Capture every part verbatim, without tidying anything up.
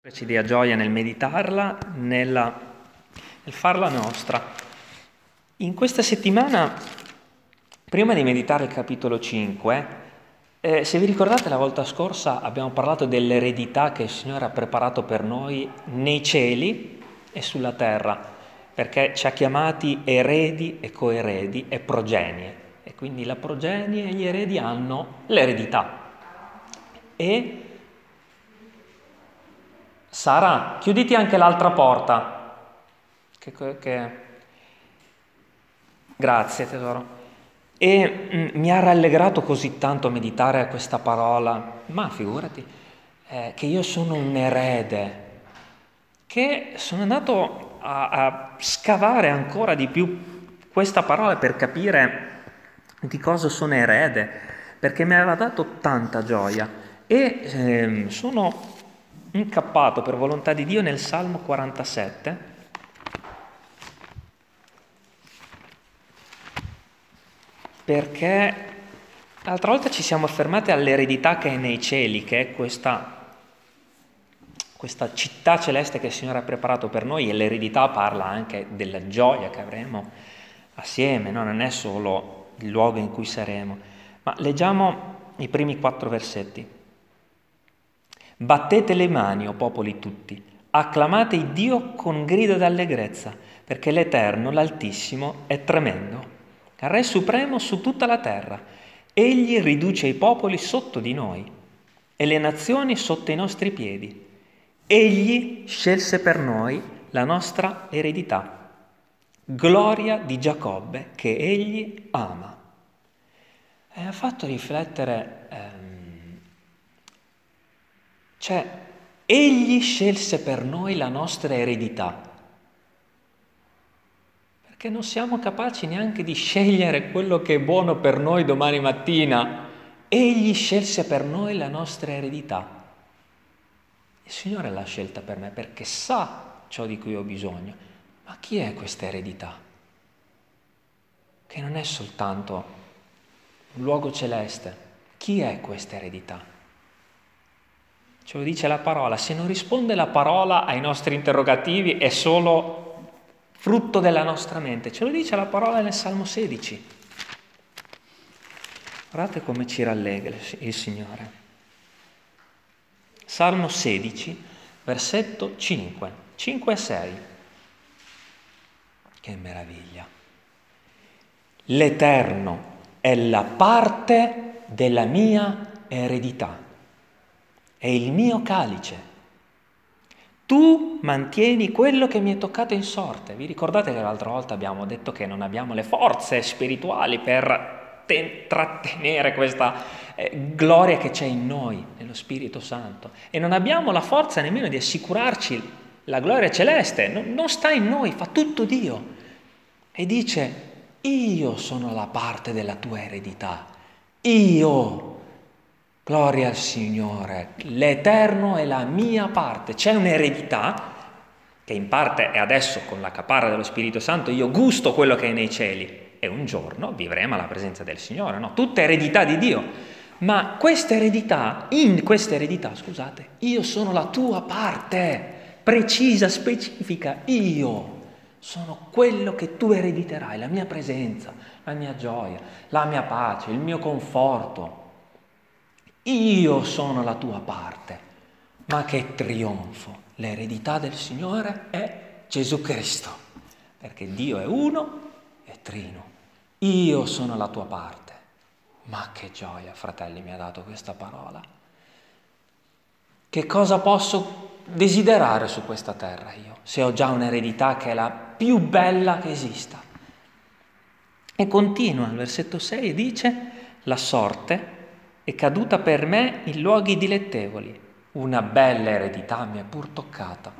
Ci dia gioia nel meditarla, nella, nel farla nostra. In questa settimana, prima di meditare il capitolo cinque, eh, se vi ricordate la volta scorsa abbiamo parlato dell'eredità che il Signore ha preparato per noi nei cieli e sulla terra, perché ci ha chiamati eredi e coeredi e progenie, e quindi la progenie e gli eredi hanno l'eredità. E Sara, chiuditi anche l'altra porta. Che, che... Grazie tesoro. E mm, mi ha rallegrato così tanto meditare questa parola, ma figurati, eh, che io sono un erede, che sono andato a, a scavare ancora di più questa parola per capire di cosa sono erede, perché mi aveva dato tanta gioia e eh, sono incappato per volontà di Dio nel Salmo quarantasette, perché l'altra volta ci siamo fermati all'eredità che è nei cieli, che è questa, questa città celeste che il Signore ha preparato per noi, e l'eredità parla anche della gioia che avremo assieme, no? Non è solo il luogo in cui saremo. Ma leggiamo i primi quattro versetti. Battete le mani, o popoli tutti, acclamate il Dio con grida d'allegrezza, perché l'Eterno, l'Altissimo, è tremendo, Re supremo su tutta la terra. Egli riduce i popoli sotto di noi e le nazioni sotto i nostri piedi. Egli scelse per noi la nostra eredità, gloria di Giacobbe che egli ama. E ha fatto riflettere... Ehm, Cioè, egli scelse per noi la nostra eredità, perché non siamo capaci neanche di scegliere quello che è buono per noi domani mattina. Egli scelse per noi la nostra eredità. Il Signore l'ha scelta per me perché sa ciò di cui ho bisogno. Ma chi è questa eredità? Che non è soltanto un luogo celeste. Chi è questa eredità? Ce lo dice la parola. Se non risponde la parola ai nostri interrogativi è solo frutto della nostra mente. Ce lo dice la parola nel Salmo sedici. Guardate come ci rallegra il Signore. Salmo sedici, versetto cinque, cinque e sei. Che meraviglia. L'Eterno è la parte della mia eredità. È il mio calice. Tu mantieni quello che mi è toccato in sorte. Vi ricordate che l'altra volta abbiamo detto che non abbiamo le forze spirituali per ten- trattenere questa eh, gloria che c'è in noi, nello Spirito Santo. E non abbiamo la forza nemmeno di assicurarci la gloria celeste. Non, non sta in noi, fa tutto Dio. E dice, io sono la parte della tua eredità. Io... Gloria al Signore, l'Eterno è la mia parte. C'è un'eredità che in parte è adesso con la caparra dello Spirito Santo, io gusto quello che è nei cieli e un giorno vivremo alla presenza del Signore, no? Tutta eredità di Dio. Ma questa eredità, in questa eredità, scusate, io sono la tua parte, precisa, specifica, io sono quello che tu erediterai, la mia presenza, la mia gioia, la mia pace, il mio conforto. Io sono la tua parte, ma che trionfo! L'eredità del Signore è Gesù Cristo, perché Dio è uno e trino. Io sono la tua parte, ma che gioia, fratelli, mi ha dato questa parola. Che cosa posso desiderare su questa terra io, se ho già un'eredità che è la più bella che esista? E continua, il versetto sei dice, la sorte è caduta per me in luoghi dilettevoli, una bella eredità mi è pur toccata.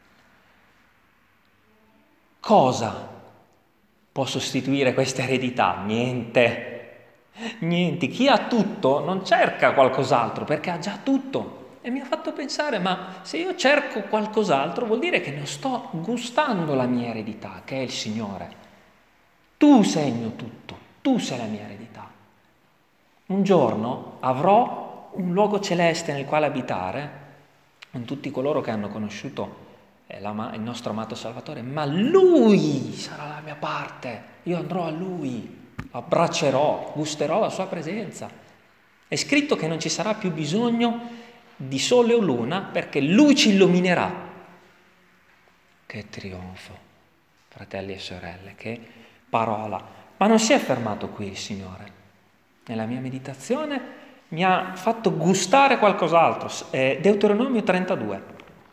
Cosa può sostituire questa eredità? Niente, niente. Chi ha tutto non cerca qualcos'altro perché ha già tutto. E mi ha fatto pensare, ma se io cerco qualcos'altro vuol dire che non sto gustando la mia eredità, che è il Signore. Tu sei il mio tutto, tu sei la mia eredità. Un giorno avrò un luogo celeste nel quale abitare, non tutti coloro che hanno conosciuto eh, il nostro amato Salvatore, ma Lui sarà la mia parte, io andrò a Lui, lo abbraccerò, gusterò la sua presenza. È scritto che non ci sarà più bisogno di sole o luna perché Lui ci illuminerà. Che trionfo, fratelli e sorelle, che parola. Ma non si è fermato qui il Signore. Nella mia meditazione mi ha fatto gustare qualcos'altro. Eh, Deuteronomio trentadue.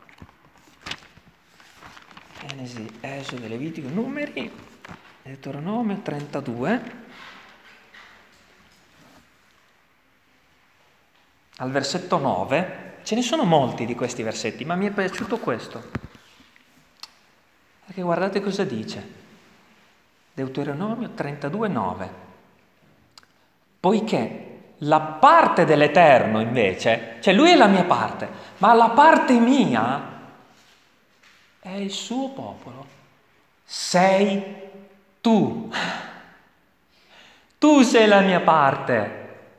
Genesi, Esodo, Levitico, Numeri, Deuteronomio trentadue. Al versetto nove, ce ne sono molti di questi versetti, ma mi è piaciuto questo. Perché guardate cosa dice. Deuteronomio trentadue, nove. Poiché la parte dell'Eterno invece, cioè lui è la mia parte, ma la parte mia è il suo popolo. Sei tu. Tu sei la mia parte.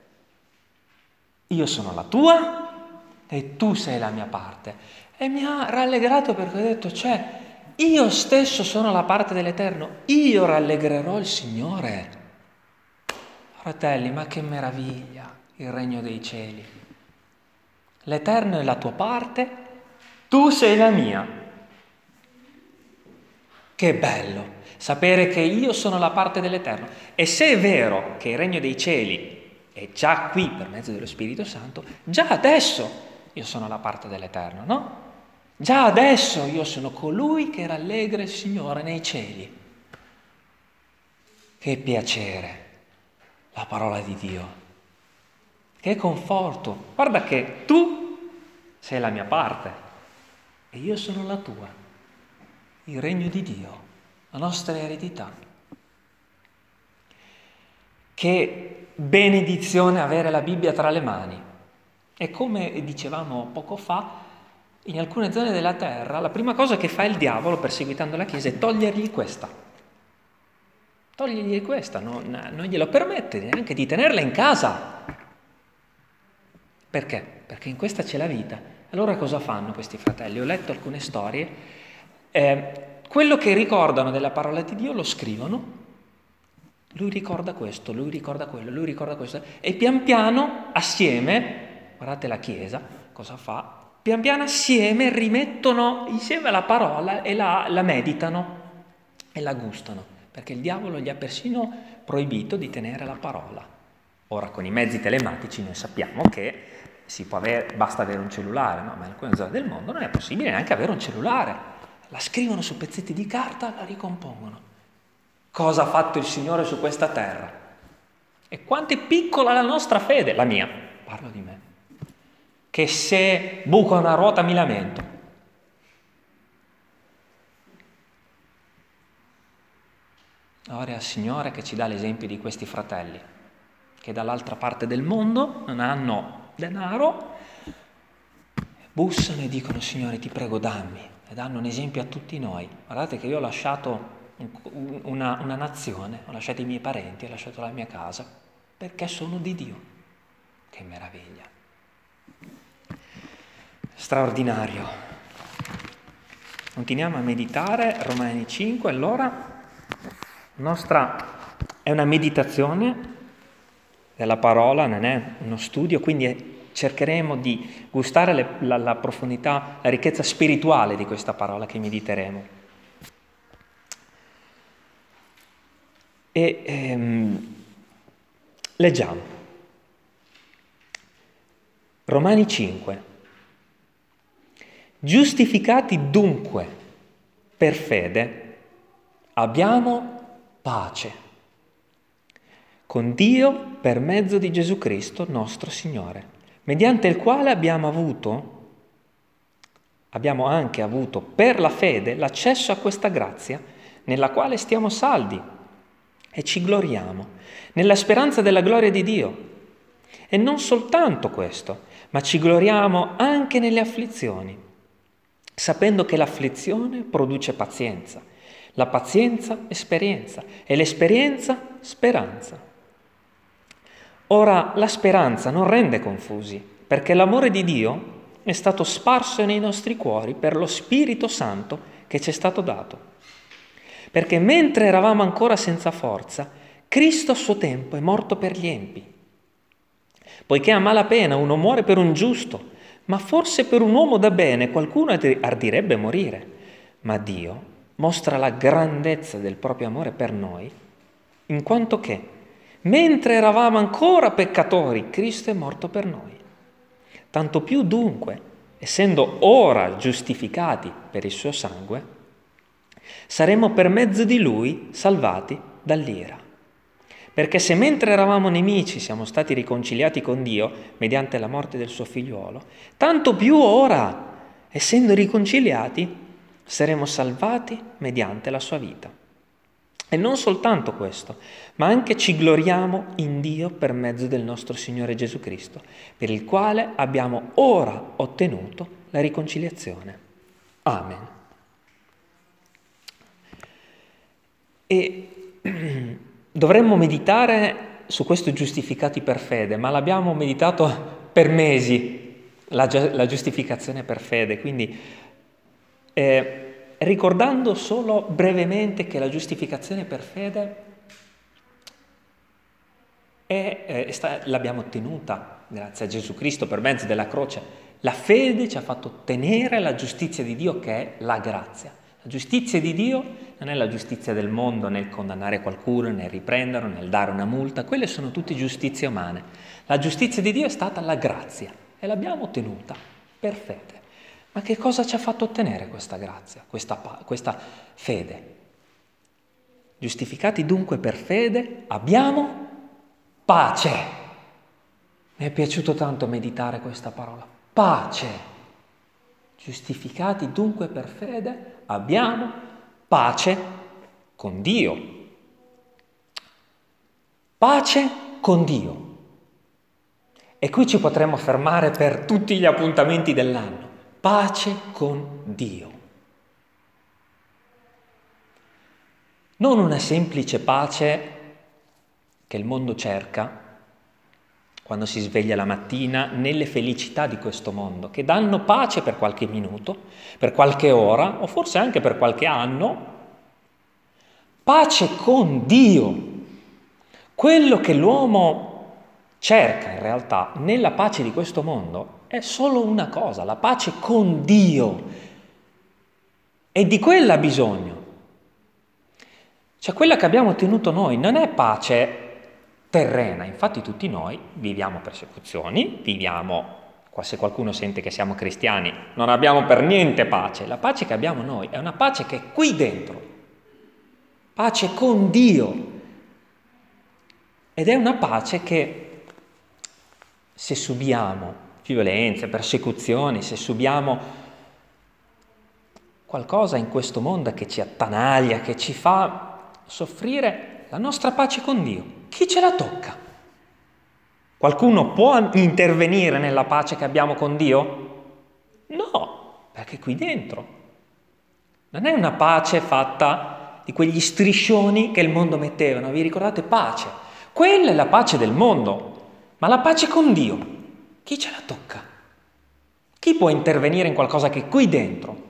Io sono la tua e tu sei la mia parte. E mi ha rallegrato perché ho detto, cioè, io stesso sono la parte dell'Eterno, io rallegrerò il Signore. Fratelli, ma che meraviglia il regno dei cieli. L'Eterno è la tua parte, tu sei la mia. Che bello sapere che io sono la parte dell'Eterno. E se è vero che il regno dei cieli è già qui per mezzo dello Spirito Santo, già adesso io sono la parte dell'Eterno, no? Già adesso io sono colui che rallegra il Signore nei cieli. Che piacere, la parola di Dio. Che conforto. Guarda che tu sei la mia parte e io sono la tua. Il regno di Dio, la nostra eredità. Che benedizione avere la Bibbia tra le mani. E come dicevamo poco fa, in alcune zone della terra la prima cosa che fa il diavolo perseguitando la Chiesa è togliergli questa. Togliergli questa, non, non glielo permette neanche di tenerla in casa. Perché? Perché in questa c'è la vita. Allora cosa fanno questi fratelli? Ho letto alcune storie. Eh, quello che ricordano della parola di Dio lo scrivono. Lui ricorda questo, lui ricorda quello, lui ricorda questo. E pian piano, assieme, guardate la Chiesa, cosa fa? Pian piano assieme rimettono insieme la parola e la, la meditano e la gustano, perché il diavolo gli ha persino proibito di tenere la parola. Ora con i mezzi telematici noi sappiamo che si può avere, basta avere un cellulare, no? Ma in alcune zone del mondo non è possibile neanche avere un cellulare. La scrivono su pezzetti di carta, la ricompongono. Cosa ha fatto il Signore su questa terra? E quanto è piccola la nostra fede, la mia, parlo di me, che se buco una ruota mi lamento. Ora è il Signore che ci dà l'esempio di questi fratelli, che dall'altra parte del mondo non hanno denaro, bussano e dicono, Signore ti prego dammi, e danno un esempio a tutti noi. Guardate che io ho lasciato una, una nazione, ho lasciato i miei parenti, ho lasciato la mia casa, perché sono di Dio. Che meraviglia! Straordinario. Continuiamo a meditare, Romani cinque, allora, nostra è una meditazione della parola, non è uno studio, quindi cercheremo di gustare le, la, la profondità, la ricchezza spirituale di questa parola che mediteremo. E ehm, leggiamo. Romani cinque. Giustificati dunque per fede, abbiamo pace con Dio per mezzo di Gesù Cristo nostro Signore, mediante il quale abbiamo avuto, abbiamo anche avuto per la fede l'accesso a questa grazia nella quale stiamo saldi e ci gloriamo, nella speranza della gloria di Dio. E non soltanto questo, ma ci gloriamo anche nelle afflizioni, sapendo che l'afflizione produce pazienza, la pazienza esperienza e l'esperienza speranza. Ora la speranza non rende confusi, perché l'amore di Dio è stato sparso nei nostri cuori per lo Spirito Santo che ci è stato dato. Perché mentre eravamo ancora senza forza, Cristo a suo tempo è morto per gli empi. Poiché a malapena uno muore per un giusto, ma forse per un uomo da bene qualcuno ardirebbe morire. Ma Dio mostra la grandezza del proprio amore per noi, in quanto che, mentre eravamo ancora peccatori, Cristo è morto per noi. Tanto più dunque, essendo ora giustificati per il suo sangue, saremo per mezzo di Lui salvati dall'ira. Perché se mentre eravamo nemici siamo stati riconciliati con Dio mediante la morte del suo figliuolo, tanto più ora, essendo riconciliati, saremo salvati mediante la sua vita. E non soltanto questo, ma anche ci gloriamo in Dio per mezzo del nostro Signore Gesù Cristo, per il quale abbiamo ora ottenuto la riconciliazione. Amen. E dovremmo meditare su questo giustificati per fede, ma l'abbiamo meditato per mesi, la, la giustificazione per fede, quindi eh, ricordando solo brevemente che la giustificazione per fede è, è sta, l'abbiamo ottenuta grazie a Gesù Cristo per mezzo della croce. La fede ci ha fatto ottenere la giustizia di Dio, che è la grazia. La giustizia di Dio non è la giustizia del mondo nel condannare qualcuno, nel riprenderlo, nel dare una multa, quelle sono tutte giustizie umane. La giustizia di Dio è stata la grazia e l'abbiamo ottenuta per fede. Ma che cosa ci ha fatto ottenere questa grazia, questa, questa fede? Giustificati dunque per fede abbiamo pace. Mi è piaciuto tanto meditare questa parola, pace. Giustificati dunque per fede abbiamo pace con Dio. Pace con Dio. E qui ci potremmo fermare per tutti gli appuntamenti dell'anno. Pace con Dio. Non una semplice pace che il mondo cerca quando si sveglia la mattina nelle felicità di questo mondo, che danno pace per qualche minuto, per qualche ora o forse anche per qualche anno. Pace con Dio. Quello che l'uomo cerca in realtà nella pace di questo mondo è solo una cosa, la pace con Dio. E di quella ha bisogno. Cioè quella che abbiamo ottenuto noi non è pace terrena, infatti tutti noi viviamo persecuzioni, viviamo, se qualcuno sente che siamo cristiani, non abbiamo per niente pace. La pace che abbiamo noi è una pace che è qui dentro, pace con Dio. Ed è una pace che se subiamo violenze, persecuzioni, se subiamo qualcosa in questo mondo che ci attanaglia, che ci fa soffrire, la nostra pace con Dio, chi ce la tocca? Qualcuno può intervenire nella pace che abbiamo con Dio? No, perché qui dentro non è una pace fatta di quegli striscioni che il mondo metteva, vi ricordate? Pace. Quella è la pace del mondo, ma la pace con Dio, chi ce la tocca? Chi può intervenire in qualcosa che è qui dentro?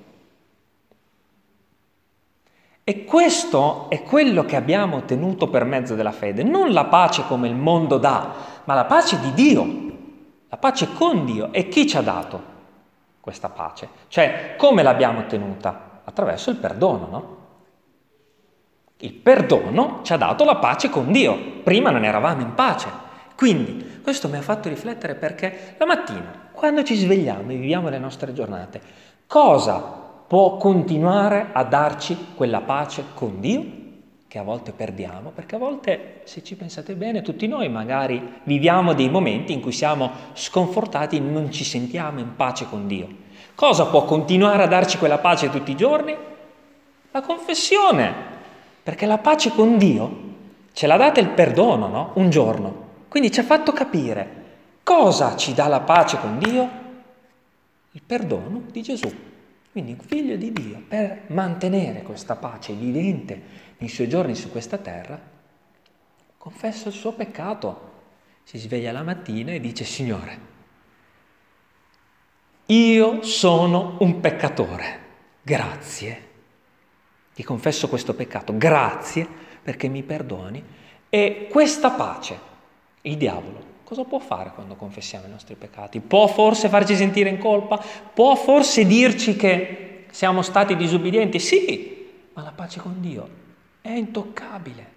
E questo è quello che abbiamo ottenuto per mezzo della fede, non la pace come il mondo dà, ma la pace di Dio, la pace con Dio. E chi ci ha dato questa pace? Cioè, come l'abbiamo ottenuta? Attraverso il perdono, no? Il perdono ci ha dato la pace con Dio, prima non eravamo in pace. Quindi, questo mi ha fatto riflettere perché la mattina, quando ci svegliamo e viviamo le nostre giornate, cosa può continuare a darci quella pace con Dio che a volte perdiamo? Perché a volte, se ci pensate bene, tutti noi magari viviamo dei momenti in cui siamo sconfortati e non ci sentiamo in pace con Dio. Cosa può continuare a darci quella pace tutti i giorni? La confessione, perché la pace con Dio ce l'ha data il perdono, no? Un giorno. Quindi ci ha fatto capire cosa ci dà la pace con Dio? Il perdono di Gesù. Quindi un figlio di Dio, per mantenere questa pace vivente nei suoi giorni su questa terra, confessa il suo peccato, si sveglia la mattina e dice: Signore, io sono un peccatore, grazie, ti confesso questo peccato, grazie perché mi perdoni. E questa pace, il diavolo, cosa può fare quando confessiamo i nostri peccati? Può forse farci sentire in colpa? Può forse dirci che siamo stati disobbedienti? Sì, ma la pace con Dio è intoccabile.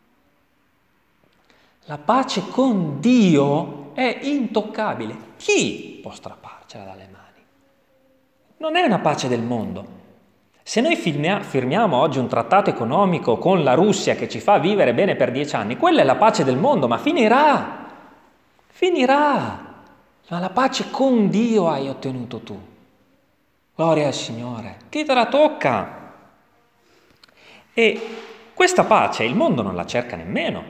La pace con Dio è intoccabile. Chi può strapparcela dalle mani? Non è una pace del mondo. Se noi firmiamo oggi un trattato economico con la Russia che ci fa vivere bene per dieci anni, quella è la pace del mondo, ma finirà. Finirà. Ma la pace con Dio hai ottenuto tu. Gloria al Signore. Chi te la tocca? E questa pace il mondo non la cerca nemmeno.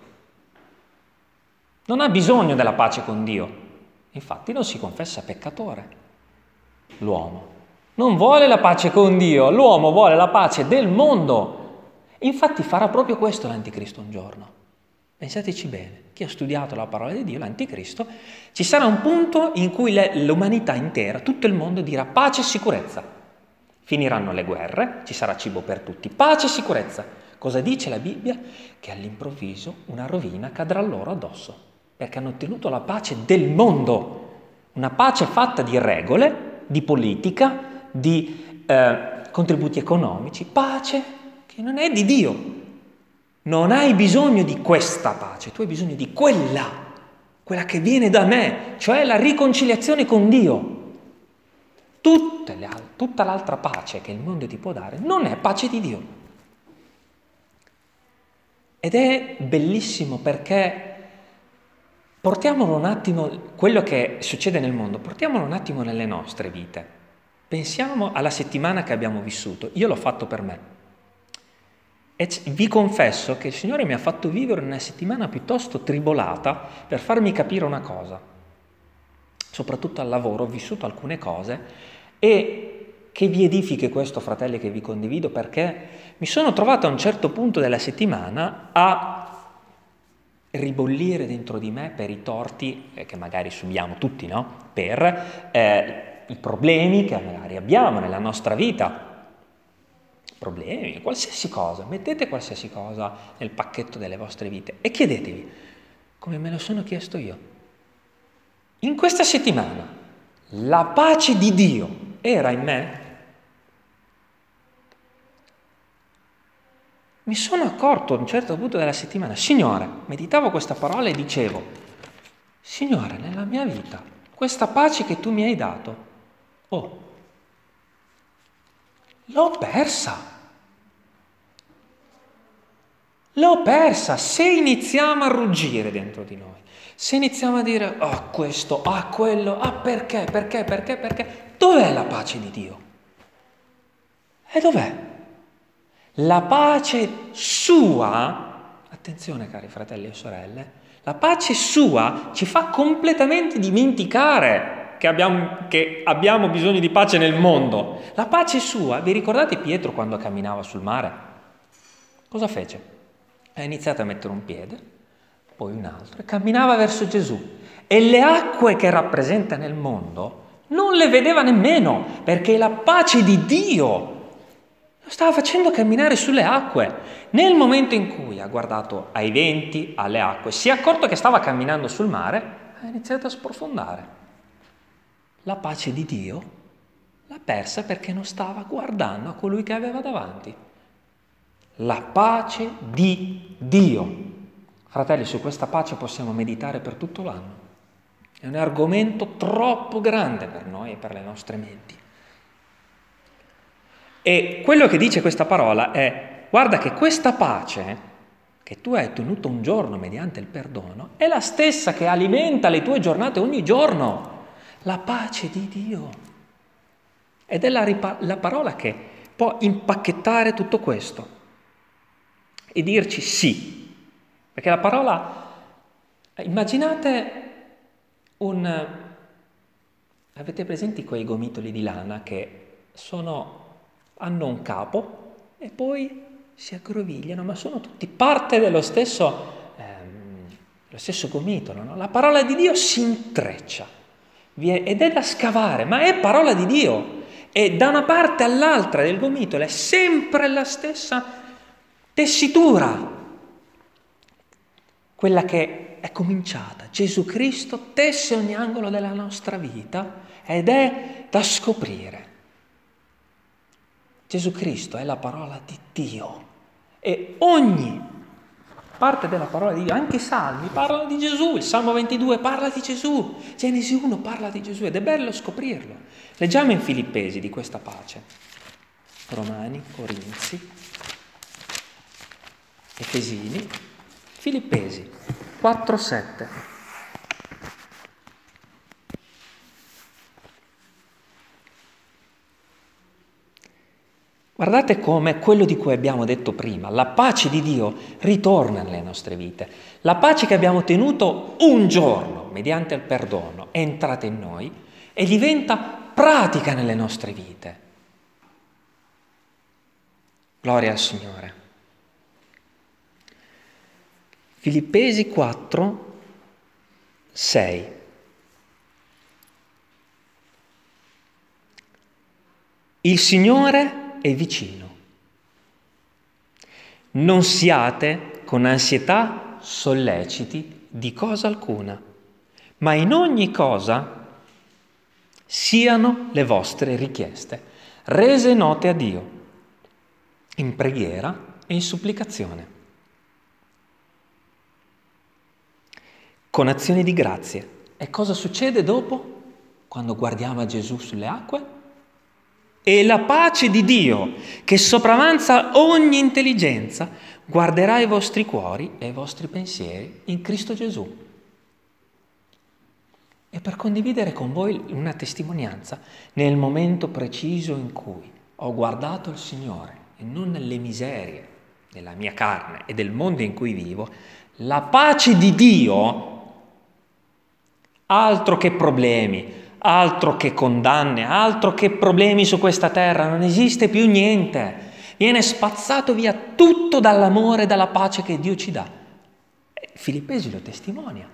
Non ha bisogno della pace con Dio. Infatti non si confessa peccatore. L'uomo non vuole la pace con Dio, l'uomo vuole la pace del mondo. Infatti farà proprio questo l'anticristo un giorno. Pensateci bene, chi ha studiato la parola di Dio, l'anticristo, ci sarà un punto in cui le, l'umanità intera, tutto il mondo dirà pace e sicurezza. Finiranno le guerre, ci sarà cibo per tutti, pace e sicurezza. Cosa dice la Bibbia? Che all'improvviso una rovina cadrà loro addosso. Perché hanno ottenuto la pace del mondo, una pace fatta di regole, di politica, di eh, contributi economici, pace che non è di Dio. Non hai bisogno di questa pace, tu hai bisogno di quella, quella che viene da me, cioè la riconciliazione con Dio. Tutte le, tutta l'altra pace che il mondo ti può dare non è pace di Dio. Ed è bellissimo perché portiamolo un attimo, quello che succede nel mondo, portiamolo un attimo nelle nostre vite. Pensiamo alla settimana che abbiamo vissuto. Io l'ho fatto per me. E vi confesso che il Signore mi ha fatto vivere una settimana piuttosto tribolata per farmi capire una cosa. Soprattutto al lavoro ho vissuto alcune cose e che vi edifichi questo, fratelli, che vi condivido, perché mi sono trovato a un certo punto della settimana a ribollire dentro di me per i torti eh, che magari subiamo tutti, no? Per eh, i problemi che magari abbiamo nella nostra vita. Problemi, qualsiasi cosa. Mettete qualsiasi cosa nel pacchetto delle vostre vite e chiedetevi, come me lo sono chiesto io. In questa settimana la pace di Dio era in me? Mi sono accorto a un certo punto della settimana, Signore, meditavo questa parola e dicevo, Signore, nella mia vita, questa pace che tu mi hai dato, oh, l'ho persa. L'ho persa. Se iniziamo a ruggire dentro di noi, se iniziamo a dire, ah, oh, questo, ah, quello, ah, perché, perché, perché, perché, dov'è la pace di Dio? E dov'è? La pace sua, attenzione cari fratelli e sorelle, la pace sua ci fa completamente dimenticare che abbiamo, che abbiamo bisogno di pace nel mondo. La pace sua, vi ricordate Pietro quando camminava sul mare? Cosa fece? Ha iniziato a mettere un piede, poi un altro, e camminava verso Gesù. E le acque che rappresenta nel mondo non le vedeva nemmeno, perché la pace di Dio lo stava facendo camminare sulle acque. Nel momento in cui ha guardato ai venti, alle acque, si è accorto che stava camminando sul mare, ha iniziato a sprofondare. La pace di Dio l'ha persa perché non stava guardando a colui che aveva davanti. La pace di Dio. Fratelli, su questa pace possiamo meditare per tutto l'anno. È un argomento troppo grande per noi e per le nostre menti. E quello che dice questa parola è, guarda che questa pace che tu hai ottenuto un giorno mediante il perdono è la stessa che alimenta le tue giornate ogni giorno. La pace di Dio. Ed è la, ripa- la parola che può impacchettare tutto questo e dirci sì. Perché la parola, immaginate un... Avete presenti quei gomitoli di lana che sono... hanno un capo e poi si aggrovigliano, ma sono tutti parte dello stesso, ehm, lo stesso gomitolo, no? La parola di Dio si intreccia, ed è da scavare, ma è parola di Dio. E da una parte all'altra del gomitolo è sempre la stessa tessitura, quella che è cominciata. Gesù Cristo tesse ogni angolo della nostra vita ed è da scoprire. Gesù Cristo è la parola di Dio e ogni parte della parola di Dio, anche i salmi parlano di Gesù, il Salmo ventidue parla di Gesù, Genesi uno parla di Gesù ed è bello scoprirlo. Leggiamo in Filippesi di questa pace. Romani, Corinzi, Efesini, Filippesi quattro sette. Guardate come quello di cui abbiamo detto prima, la pace di Dio ritorna nelle nostre vite. La pace che abbiamo tenuto un giorno mediante il perdono è entrata in noi e diventa pratica nelle nostre vite. Gloria al Signore. Filippesi quattro sei. Il Signore è vicino. Non siate con ansietà solleciti di cosa alcuna, ma in ogni cosa siano le vostre richieste rese note a Dio, in preghiera e in supplicazione, con azioni di grazie. E cosa succede dopo, quando guardiamo a Gesù sulle acque? E la pace di Dio, che sopravanza ogni intelligenza, guarderà i vostri cuori e i vostri pensieri in Cristo Gesù. E per condividere con voi una testimonianza, nel momento preciso in cui ho guardato il Signore e non nelle miserie della mia carne e del mondo in cui vivo, la pace di Dio, altro che problemi, altro che condanne, altro che problemi su questa terra, non esiste più niente. Viene spazzato via tutto dall'amore e dalla pace che Dio ci dà. Filippesi lo testimonia.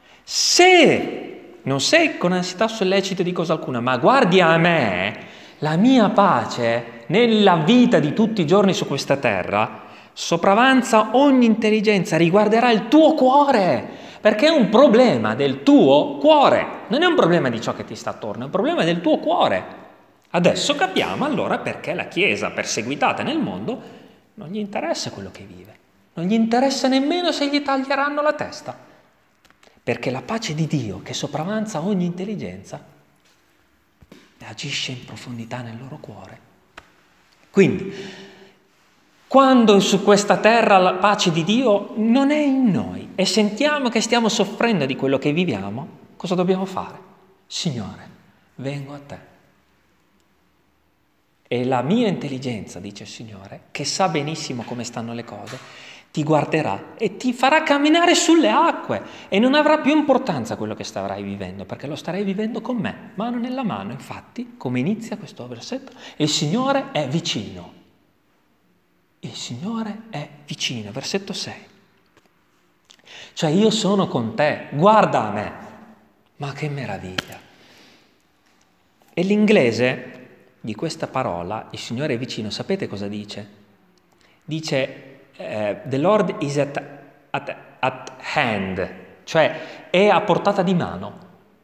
Se non sei con ansietà sollecito di cosa alcuna, ma guardi a me, la mia pace nella vita di tutti i giorni su questa terra sopravanza ogni intelligenza, riguarderà il tuo cuore. Perché è un problema del tuo cuore, non è un problema di ciò che ti sta attorno, è un problema del tuo cuore. Adesso capiamo allora perché la Chiesa perseguitata nel mondo non gli interessa quello che vive, non gli interessa nemmeno se gli taglieranno la testa, perché la pace di Dio che sopravanza ogni intelligenza agisce in profondità nel loro cuore. Quindi, quando su questa terra la pace di Dio non è in noi e sentiamo che stiamo soffrendo di quello che viviamo, cosa dobbiamo fare? Signore, vengo a te. E la mia intelligenza, dice il Signore, che sa benissimo come stanno le cose, ti guarderà e ti farà camminare sulle acque e non avrà più importanza quello che starai vivendo, perché lo starai vivendo con me, mano nella mano. Infatti, come inizia questo versetto, il Signore è vicino. Il Signore è vicino, versetto sei. Cioè io sono con te, guarda a me. Ma che meraviglia! E l'inglese di questa parola, il Signore è vicino, sapete cosa dice? Dice, eh, the Lord is at, at, at hand, cioè è a portata di mano.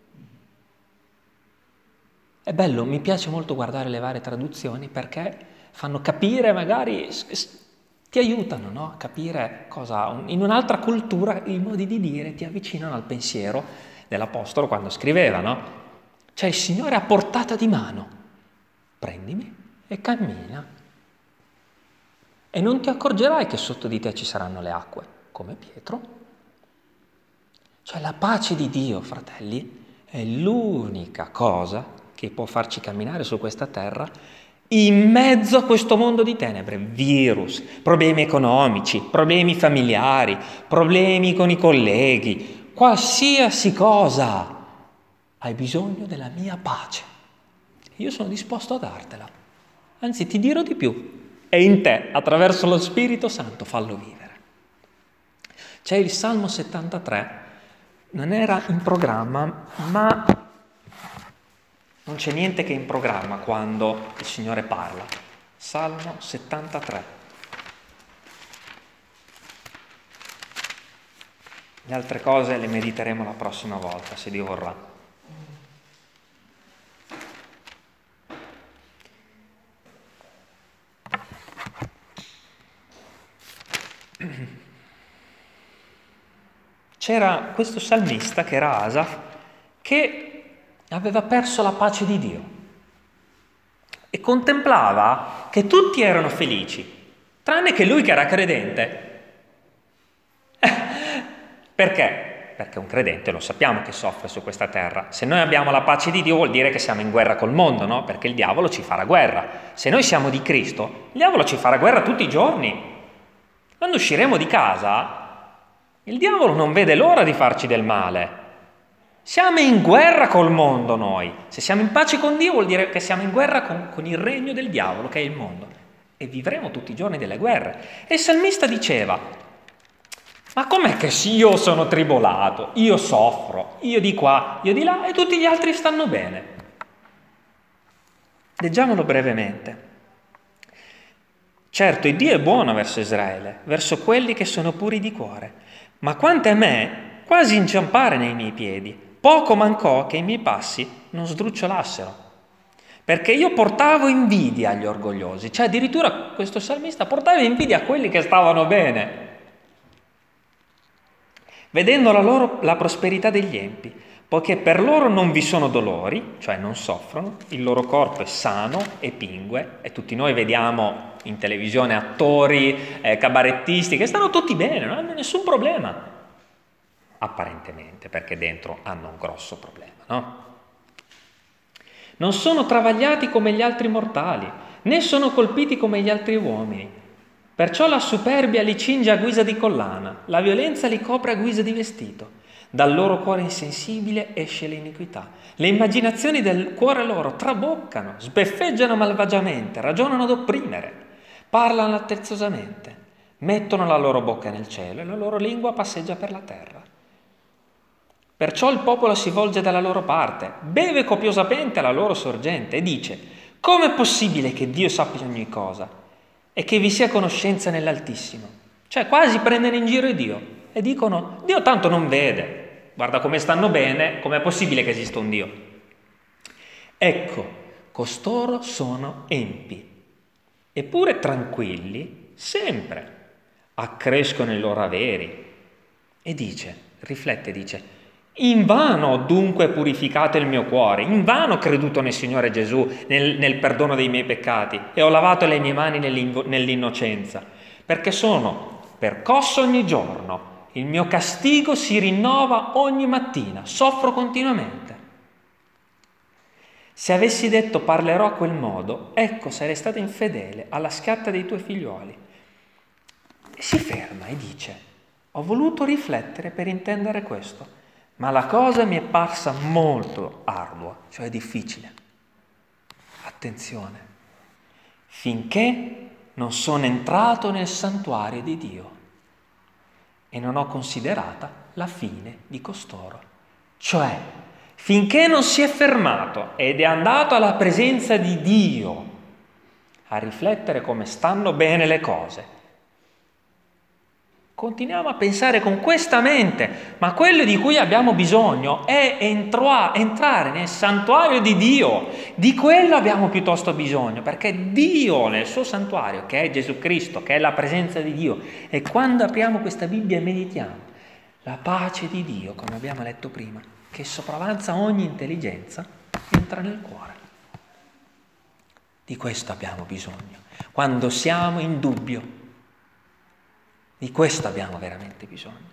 È bello, mi piace molto guardare le varie traduzioni perché fanno capire, magari ti aiutano, no? A capire cosa, in un'altra cultura i modi di dire ti avvicinano al pensiero dell'Apostolo quando scriveva, no? Cioè il Signore a portata di mano, prendimi e cammina e non ti accorgerai che sotto di te ci saranno le acque, come Pietro. Cioè la pace di Dio, fratelli, è l'unica cosa che può farci camminare su questa terra in mezzo a questo mondo di tenebre, virus, problemi economici, problemi familiari, problemi con i colleghi, qualsiasi cosa. Hai bisogno della mia pace. Io sono disposto a dartela. Anzi, ti dirò di più. È in te, attraverso lo Spirito Santo, fallo vivere. C'è il Salmo settantatré, non era in programma, ma Non c'è niente che in programma quando il Signore parla. Salmo settantatré. Le altre cose le mediteremo la prossima volta, se Dio vorrà. C'era questo salmista che era Asaf, che aveva perso la pace di Dio e contemplava che tutti erano felici, tranne che lui che era credente. Perché? Perché un credente lo sappiamo che soffre su questa terra. Se noi abbiamo la pace di Dio vuol dire che siamo in guerra col mondo, no? Perché il diavolo ci farà guerra. Se noi siamo di Cristo, il diavolo ci farà guerra tutti i giorni. Quando usciremo di casa, il diavolo non vede l'ora di farci del male. Siamo in guerra col mondo noi. Se siamo in pace con Dio vuol dire che siamo in guerra con, con il regno del diavolo, che è il mondo. E vivremo tutti i giorni delle guerre. E il salmista diceva: ma com'è che io sono tribolato, io soffro, io di qua, io di là, e tutti gli altri stanno bene? Leggiamolo brevemente. Certo, il Dio è buono verso Israele, verso quelli che sono puri di cuore, ma quanto a me, quasi inciampare nei miei piedi, poco mancò che i miei passi non sdrucciolassero, perché io portavo invidia agli orgogliosi, cioè addirittura questo salmista portava invidia a quelli che stavano bene, vedendo la loro la prosperità degli empi, poiché per loro non vi sono dolori, cioè non soffrono, il loro corpo è sano e pingue, e tutti noi vediamo in televisione attori, eh, cabarettisti che stanno tutti bene, non hanno nessun problema, apparentemente, perché dentro hanno un grosso problema, no? Non sono travagliati come gli altri mortali, né sono colpiti come gli altri uomini. Perciò la superbia li cinge a guisa di collana, la violenza li copre a guisa di vestito. Dal loro cuore insensibile esce l'iniquità. Le immaginazioni del cuore loro traboccano, sbeffeggiano malvagiamente, ragionano ad opprimere, parlano altezzosamente, mettono la loro bocca nel cielo e la loro lingua passeggia per la terra. Perciò il popolo si volge dalla loro parte, beve copiosamente alla loro sorgente e dice: com'è possibile che Dio sappia ogni cosa e che vi sia conoscenza nell'Altissimo? Cioè quasi prendono in giro Dio e dicono: Dio tanto non vede, guarda come stanno bene, com'è possibile che esista un Dio? Ecco, costoro sono empi, eppure tranquilli sempre, accrescono i loro averi. E dice, riflette, dice: invano ho dunque purificato il mio cuore, invano ho creduto nel Signore Gesù, nel, nel perdono dei miei peccati, e ho lavato le mie mani nell'innocenza, perché sono percosso ogni giorno, il mio castigo si rinnova ogni mattina, soffro continuamente. Se avessi detto parlerò a quel modo, ecco sarei stato infedele alla schiatta dei tuoi figliuoli. E si ferma e dice: ho voluto riflettere per intendere questo, ma la cosa mi è parsa molto ardua, cioè difficile. Attenzione, finché non sono entrato nel santuario di Dio e non ho considerata la fine di costoro. Cioè, finché non si è fermato ed è andato alla presenza di Dio a riflettere come stanno bene le cose, continuiamo a pensare con questa mente, ma quello di cui abbiamo bisogno è entra- entrare nel santuario di Dio, di quello abbiamo piuttosto bisogno, perché Dio nel suo santuario, che è Gesù Cristo, che è la presenza di Dio, e quando apriamo questa Bibbia e meditiamo, la pace di Dio, come abbiamo letto prima, che sopravanza ogni intelligenza, entra nel cuore. Di questo abbiamo bisogno, quando siamo in dubbio. Di questo abbiamo veramente bisogno.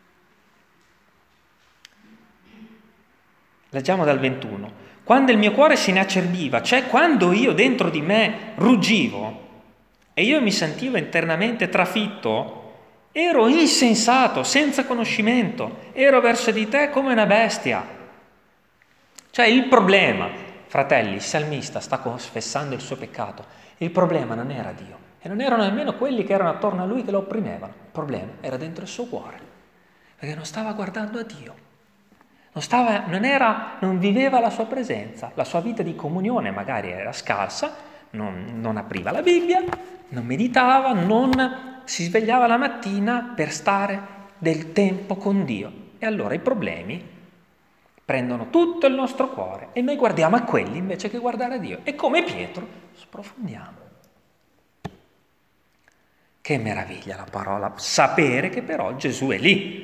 Leggiamo dal ventuno. Quando il mio cuore si inacerbiva, cioè quando io dentro di me ruggivo e io mi sentivo internamente trafitto, ero insensato, senza conoscimento, ero verso di te come una bestia. Cioè il problema, fratelli, il salmista sta confessando il suo peccato, il problema non era Dio. E non erano nemmeno quelli che erano attorno a lui che lo opprimevano. Il problema era dentro il suo cuore, perché non stava guardando a Dio, Non, stava, non, era, non viveva la sua presenza, la sua vita di comunione magari era scarsa, non, non apriva la Bibbia, non meditava, non si svegliava la mattina per stare del tempo con Dio. E allora i problemi prendono tutto il nostro cuore e noi guardiamo a quelli invece che guardare a Dio. E come Pietro sprofondiamo. Che meraviglia la parola, sapere che però Gesù è lì.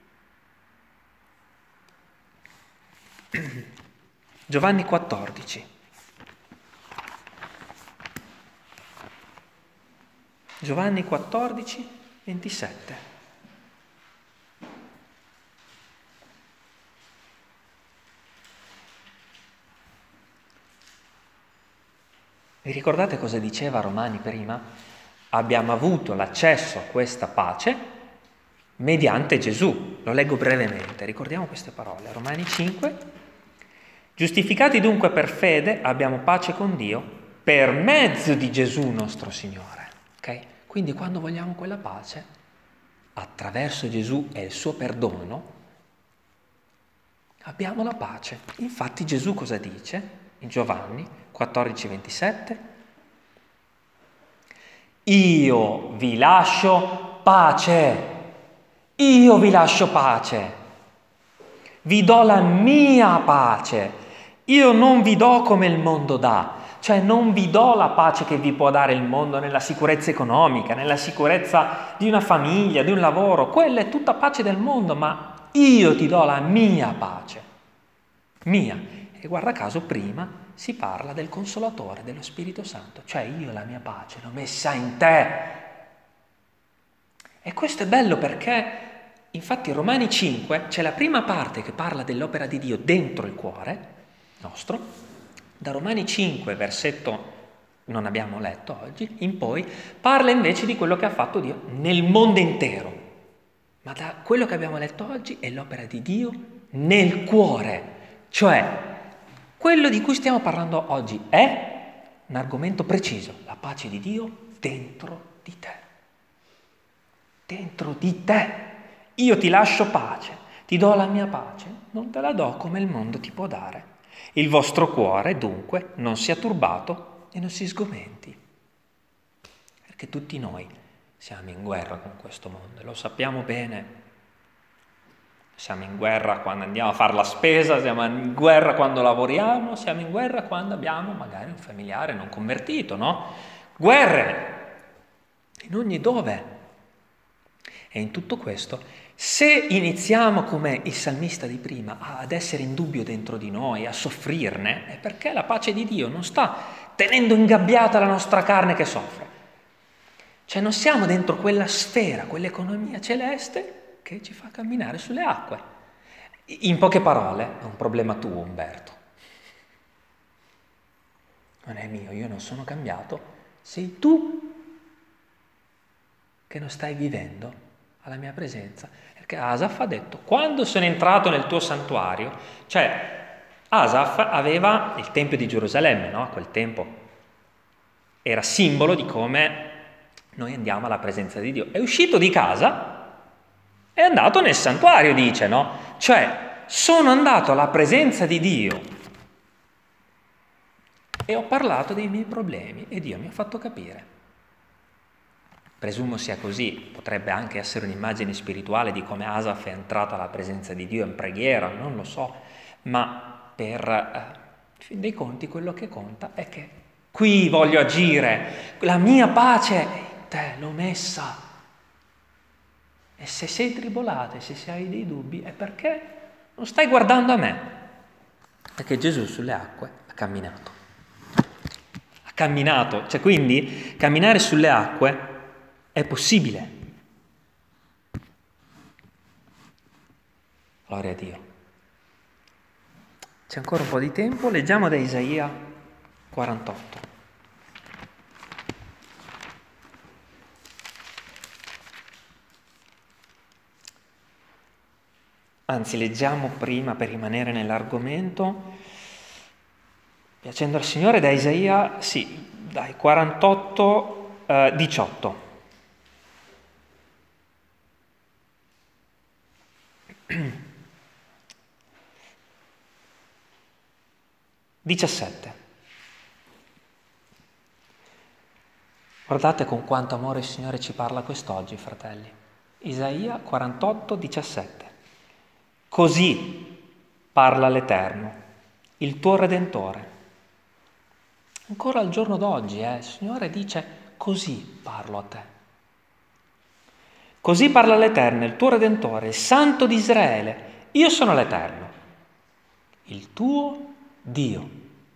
Giovanni quattordici. Giovanni quattordici, ventisette. Vi ricordate cosa diceva Romani prima? Abbiamo avuto l'accesso a questa pace mediante Gesù. Lo leggo brevemente, ricordiamo queste parole. Romani cinque. Giustificati dunque per fede abbiamo pace con Dio per mezzo di Gesù nostro Signore. Ok? Quindi quando vogliamo quella pace, attraverso Gesù e il suo perdono, abbiamo la pace. Infatti Gesù cosa dice? In Giovanni quattordici ventisette. Io vi lascio pace. Io vi lascio pace. Vi do la mia pace. Io non vi do come il mondo dà. Cioè non vi do la pace che vi può dare il mondo nella sicurezza economica, nella sicurezza di una famiglia, di un lavoro. Quella è tutta pace del mondo, ma io ti do la mia pace. Mia. E guarda caso prima si parla del Consolatore, dello Spirito Santo. Cioè io la mia pace l'ho messa in te. E questo è bello perché infatti in Romani cinque c'è la prima parte che parla dell'opera di Dio dentro il cuore nostro. Da Romani cinque, versetto non abbiamo letto oggi, in poi parla invece di quello che ha fatto Dio nel mondo intero. Ma da quello che abbiamo letto oggi è l'opera di Dio nel cuore. Cioè, quello di cui stiamo parlando oggi è un argomento preciso, la pace di Dio dentro di te. Dentro di te. Io ti lascio pace, ti do la mia pace, non te la do come il mondo ti può dare. Il vostro cuore, dunque, non sia turbato e non si sgomenti. Perché tutti noi siamo in guerra con questo mondo, lo sappiamo bene. Siamo in guerra quando andiamo a fare la spesa, siamo in guerra quando lavoriamo, siamo in guerra quando abbiamo magari un familiare non convertito, no? Guerre in ogni dove. E in tutto questo, se iniziamo come il salmista di prima ad essere in dubbio dentro di noi, a soffrirne, è perché la pace di Dio non sta tenendo ingabbiata la nostra carne che soffre. Cioè non siamo dentro quella sfera, quell'economia celeste che ci fa camminare sulle acque. In poche parole, è un problema tuo, Umberto. Non è mio, io non sono cambiato. Sei tu che non stai vivendo alla mia presenza. Perché Asaf ha detto, quando sono entrato nel tuo santuario, cioè Asaf aveva il Tempio di Gerusalemme, no? A quel tempo era simbolo di come noi andiamo alla presenza di Dio. È uscito di casa, è andato nel santuario, dice, no? Cioè, sono andato alla presenza di Dio e ho parlato dei miei problemi e Dio mi ha fatto capire. Presumo sia così, potrebbe anche essere un'immagine spirituale di come Asaf è entrato alla presenza di Dio in preghiera, non lo so, ma per eh, fin dei conti quello che conta è che qui voglio agire, la mia pace in te l'ho messa. E se sei tribolato e se hai dei dubbi è perché non stai guardando a me, perché Gesù sulle acque ha camminato. Ha camminato, cioè quindi camminare sulle acque è possibile. Gloria a Dio. C'è ancora un po' di tempo, leggiamo da Isaia quarantotto. Anzi, leggiamo prima per rimanere nell'argomento, piacendo al Signore, da Isaia, sì, dai quarantotto, eh, diciotto. diciassette. Guardate con quanto amore il Signore ci parla quest'oggi, fratelli. Isaia quarantotto, diciassette. Così parla l'Eterno, il tuo Redentore. Ancora al giorno d'oggi, eh, il Signore dice, così parlo a te. Così parla l'Eterno, il tuo Redentore, il Santo di Israele. Io sono l'Eterno, il tuo Dio,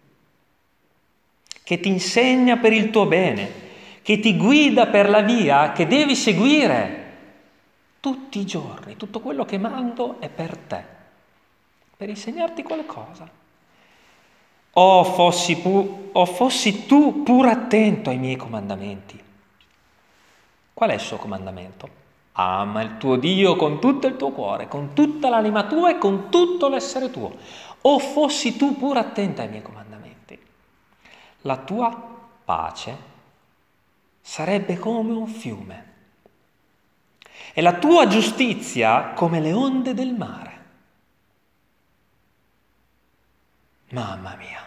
che ti insegna per il tuo bene, che ti guida per la via che devi seguire tutti i giorni. Tutto quello che mando è per te, per insegnarti qualcosa. Oh, fossi, pu- oh, fossi tu pur attento ai miei comandamenti. Qual è il suo comandamento? Ama il tuo Dio con tutto il tuo cuore, con tutta l'anima tua e con tutto l'essere tuo. Oh, fossi tu pur attento ai miei comandamenti. La tua pace sarebbe come un fiume e la tua giustizia come le onde del mare. Mamma mia.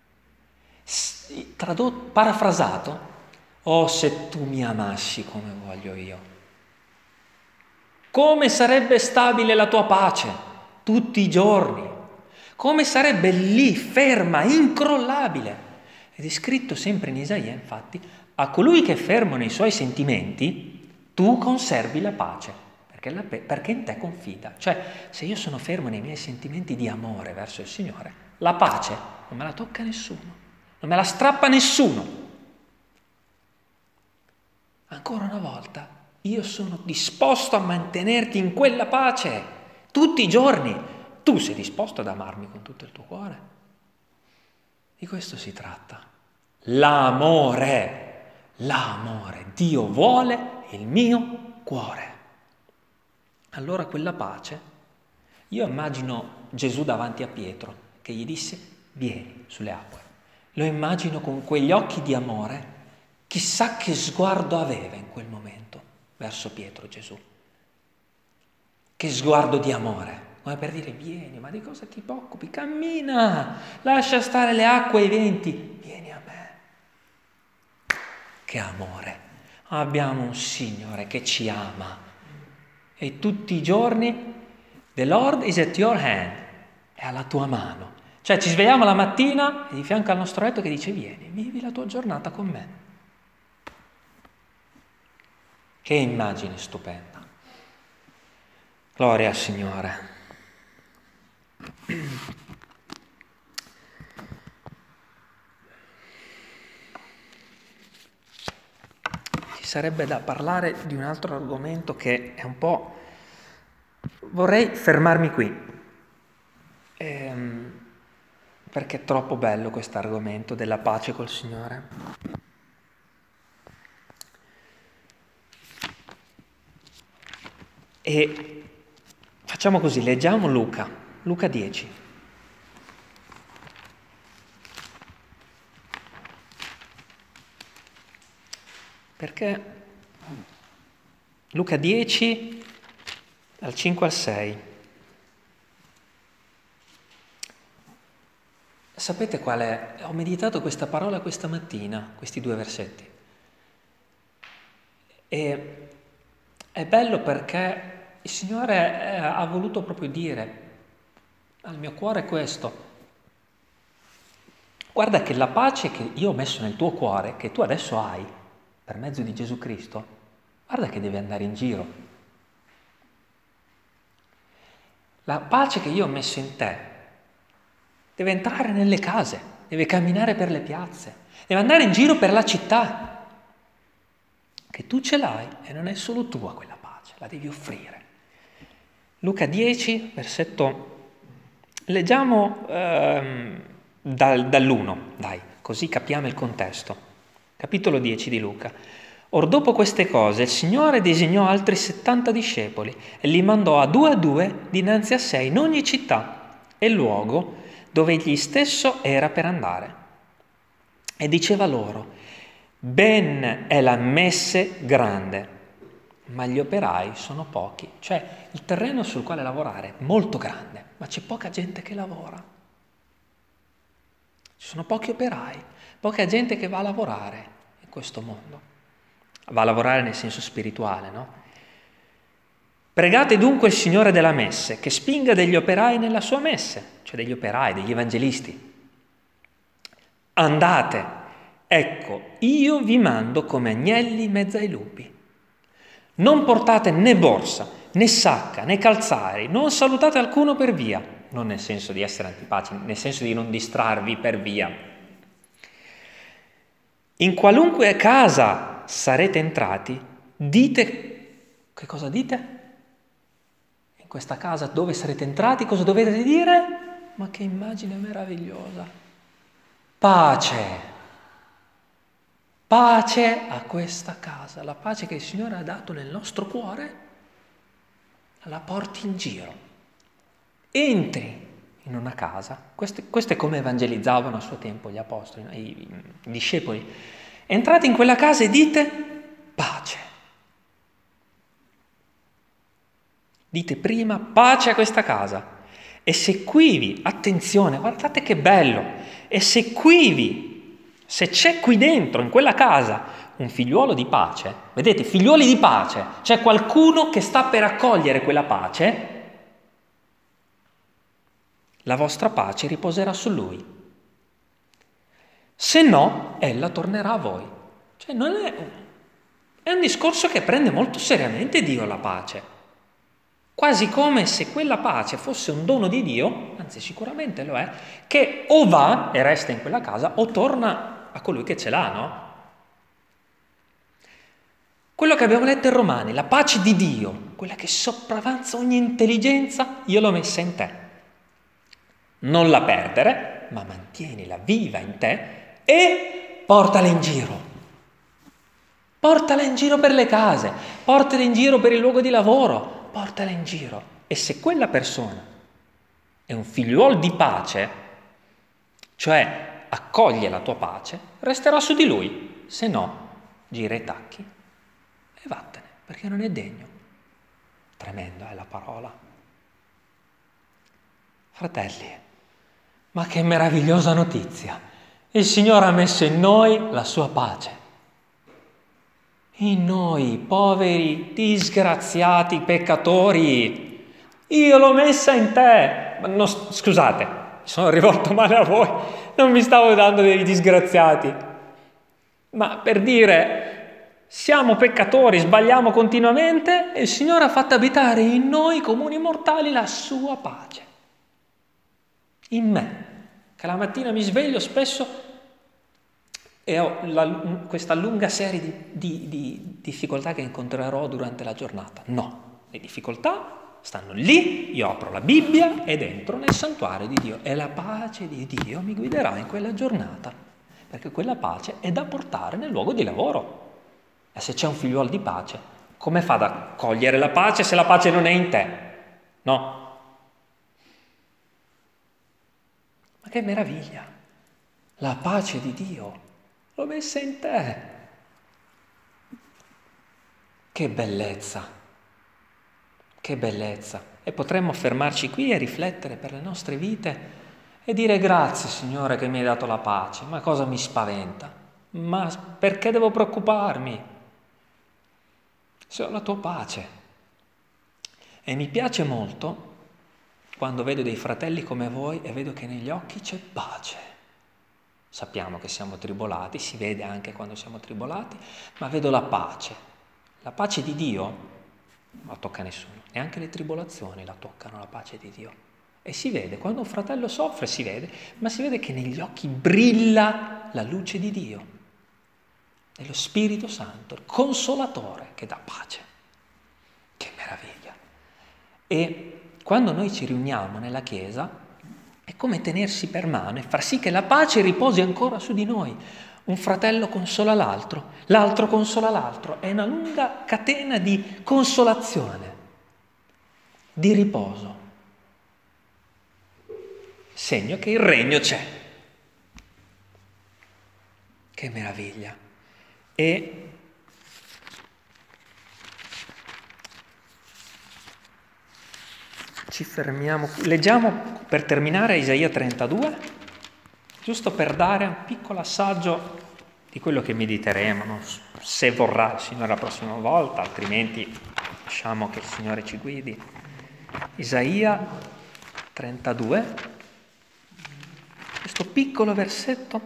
Tradotto, parafrasato, oh, se tu mi amassi come voglio io, come sarebbe stabile la tua pace tutti i giorni, come sarebbe lì, ferma, incrollabile. Ed è scritto sempre in Isaia, infatti, a colui che è fermo nei suoi sentimenti, tu conservi la pace, perché, la, perché in te confida. Cioè, se io sono fermo nei miei sentimenti di amore verso il Signore, la pace non me la tocca nessuno, non me la strappa nessuno. Ancora una volta, io sono disposto a mantenerti in quella pace tutti i giorni. Tu sei disposto ad amarmi con tutto il tuo cuore? Di questo si tratta. L'amore, l'amore. Dio vuole il mio cuore. Allora quella pace, io immagino Gesù davanti a Pietro che gli disse, vieni sulle acque. Lo immagino con quegli occhi di amore, chissà che sguardo aveva in quel momento verso Pietro Gesù. Che sguardo di amore. Come per dire, vieni, ma di cosa ti occupi? Cammina, lascia stare le acque e i venti, vieni a me. Che amore. Abbiamo un Signore che ci ama. E tutti i giorni, the Lord is at your hand, è alla tua mano. Cioè ci svegliamo la mattina e di fianco al nostro letto che dice, vieni, vivi la tua giornata con me. Che immagine stupenda. Gloria al Signore. Ci sarebbe da parlare di un altro argomento che è un po'... Vorrei fermarmi qui, ehm, perché è troppo bello questo argomento della pace col Signore. E facciamo così, leggiamo Luca, Luca dieci. Perché Luca dieci, dal cinque al sei. Sapete qual è? Ho meditato questa parola questa mattina, questi due versetti. E è bello perché il Signore ha voluto proprio dire al mio cuore questo. Guarda che la pace che io ho messo nel tuo cuore, che tu adesso hai, per mezzo di Gesù Cristo, guarda che deve andare in giro. La pace che io ho messo in te deve entrare nelle case, deve camminare per le piazze, deve andare in giro per la città. Che tu ce l'hai e non è solo tua quella pace, la devi offrire. Luca dieci, versetto, leggiamo ehm, dal, dall'uno, dai, così capiamo il contesto. Capitolo dieci di Luca. Or dopo queste cose il Signore disegnò altri settanta discepoli e li mandò a due a due dinanzi a sé in ogni città e luogo dove egli stesso era per andare. E diceva loro, ben è la messe grande, ma gli operai sono pochi. Cioè il terreno sul quale lavorare è molto grande, ma c'è poca gente che lavora. Ci sono pochi operai, poca gente che va a lavorare in questo mondo. Va a lavorare nel senso spirituale, no? Pregate dunque il Signore della messe che spinga degli operai nella sua messe, cioè degli operai, degli evangelisti. Andate, ecco, io vi mando come agnelli in mezzo ai lupi. Non portate né borsa, né sacca, né calzari, non salutate alcuno per via, non nel senso di essere antipatici, nel senso di non distrarvi per via. In qualunque casa sarete entrati, dite, che cosa dite? In questa casa dove sarete entrati, cosa dovete dire? Ma che immagine meravigliosa! Pace! Pace a questa casa, la pace che il Signore ha dato nel nostro cuore, la porti in giro. Entri in una casa, questo, questo è come evangelizzavano a suo tempo gli apostoli, i, i, i discepoli. Entrate in quella casa e dite pace. Dite prima pace a questa casa e seguivi, attenzione, guardate che bello, e seguivi. Se c'è qui dentro, in quella casa, un figliuolo di pace, vedete, figliuoli di pace, c'è qualcuno che sta per accogliere quella pace, la vostra pace riposerà su lui. Se no, ella tornerà a voi. Cioè, non è, è un discorso che prende molto seriamente Dio la pace. Quasi come se quella pace fosse un dono di Dio, anzi sicuramente lo è, che o va e resta in quella casa o torna a colui che ce l'ha, no? Quello che abbiamo letto in Romani, la pace di Dio, quella che sopravanza ogni intelligenza, io l'ho messa in te. Non la perdere, ma mantienila viva in te e portala in giro. Portala in giro per le case, portala in giro per il luogo di lavoro, portala in giro. E se quella persona è un figliuolo di pace, cioè accoglie la tua pace, resterà su di lui, se no gira i tacchi e vattene, perché non è degno. Tremenda è la parola. Fratelli, ma che meravigliosa notizia! Il Signore ha messo in noi la sua pace. In noi, poveri, disgraziati, peccatori. Io l'ho messa in te. No, scusate, mi sono rivolto male a voi. Non vi stavo dando dei disgraziati. Ma per dire, siamo peccatori, sbagliamo continuamente e il Signore ha fatto abitare in noi comuni mortali la sua pace. In me, che la mattina mi sveglio spesso e ho la, questa lunga serie di, di, di difficoltà che incontrerò durante la giornata. No, le difficoltà stanno lì, io apro la Bibbia ed entro nel santuario di Dio e la pace di Dio mi guiderà in quella giornata, perché quella pace è da portare nel luogo di lavoro. E se c'è un figliuolo di pace, come fa ad accogliere la pace se la pace non è in te? No? Ma che meraviglia! La pace di Dio l'ho messa in te. Che bellezza, che bellezza. E potremmo fermarci qui e riflettere per le nostre vite e dire grazie Signore che mi hai dato la pace. Ma cosa mi spaventa? Ma perché devo preoccuparmi? Se ho la tua pace. E mi piace molto quando vedo dei fratelli come voi e vedo che negli occhi c'è pace. Sappiamo che siamo tribolati, si vede anche quando siamo tribolati, ma vedo la pace. La pace di Dio non la tocca nessuno, neanche le tribolazioni la toccano la pace di Dio. E si vede, quando un fratello soffre si vede, ma si vede che negli occhi brilla la luce di Dio. È lo Spirito Santo, il consolatore che dà pace. Che meraviglia! E quando noi ci riuniamo nella Chiesa, è come tenersi per mano e far sì che la pace riposi ancora su di noi. Un fratello consola l'altro, l'altro consola l'altro. È una lunga catena di consolazione, di riposo. Segno che il regno c'è. Che meraviglia. E ci fermiamo, leggiamo per terminare Isaia trentadue, giusto per dare un piccolo assaggio di quello che mediteremo, no? Se vorrà il Signore la prossima volta, altrimenti lasciamo che il Signore ci guidi. Isaia trentadue, questo piccolo versetto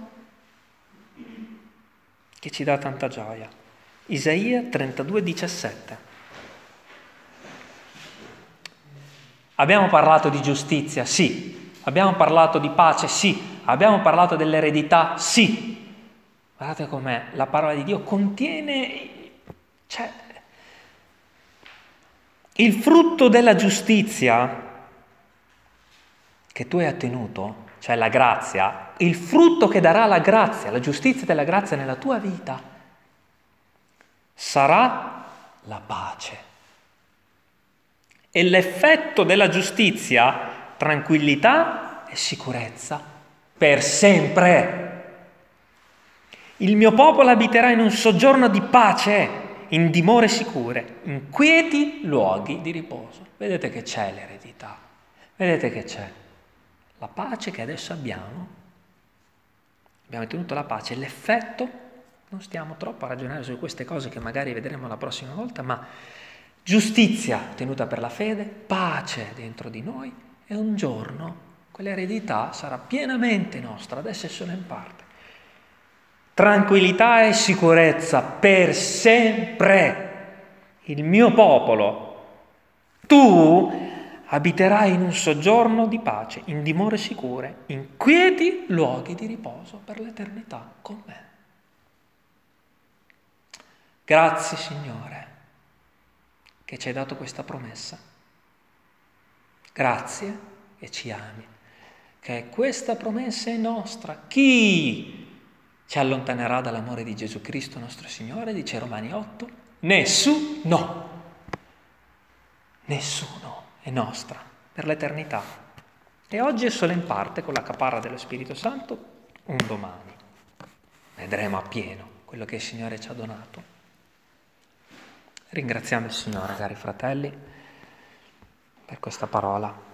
che ci dà tanta gioia. Isaia trentadue, diciassette. Abbiamo parlato di giustizia, sì. Abbiamo parlato di pace, sì. Abbiamo parlato dell'eredità, sì. Guardate com'è, la parola di Dio contiene, cioè, il frutto della giustizia che tu hai ottenuto, cioè la grazia, il frutto che darà la grazia, la giustizia della grazia nella tua vita, sarà la pace. E l'effetto della giustizia, tranquillità e sicurezza per sempre. Il mio popolo abiterà in un soggiorno di pace, in dimore sicure, in quieti luoghi di riposo. Vedete che c'è l'eredità, vedete che c'è la pace che adesso abbiamo. Abbiamo ottenuto la pace, l'effetto, non stiamo troppo a ragionare su queste cose che magari vedremo la prossima volta, ma giustizia tenuta per la fede, pace dentro di noi e un giorno quell'eredità sarà pienamente nostra, adesso è solo in parte. Tranquillità e sicurezza per sempre. Il mio popolo, tu abiterai in un soggiorno di pace, in dimore sicure, in quieti luoghi di riposo per l'eternità con me. Grazie Signore che ci hai dato questa promessa. Grazie che ci ami, che questa promessa è nostra. Chi ci allontanerà dall'amore di Gesù Cristo nostro Signore, dice Romani otto? Nessuno. Nessuno è nostra per l'eternità. E oggi è solo in parte con la caparra dello Spirito Santo, un domani. Vedremo appieno quello che il Signore ci ha donato. Ringraziamo il Signore, cari fratelli, per questa parola.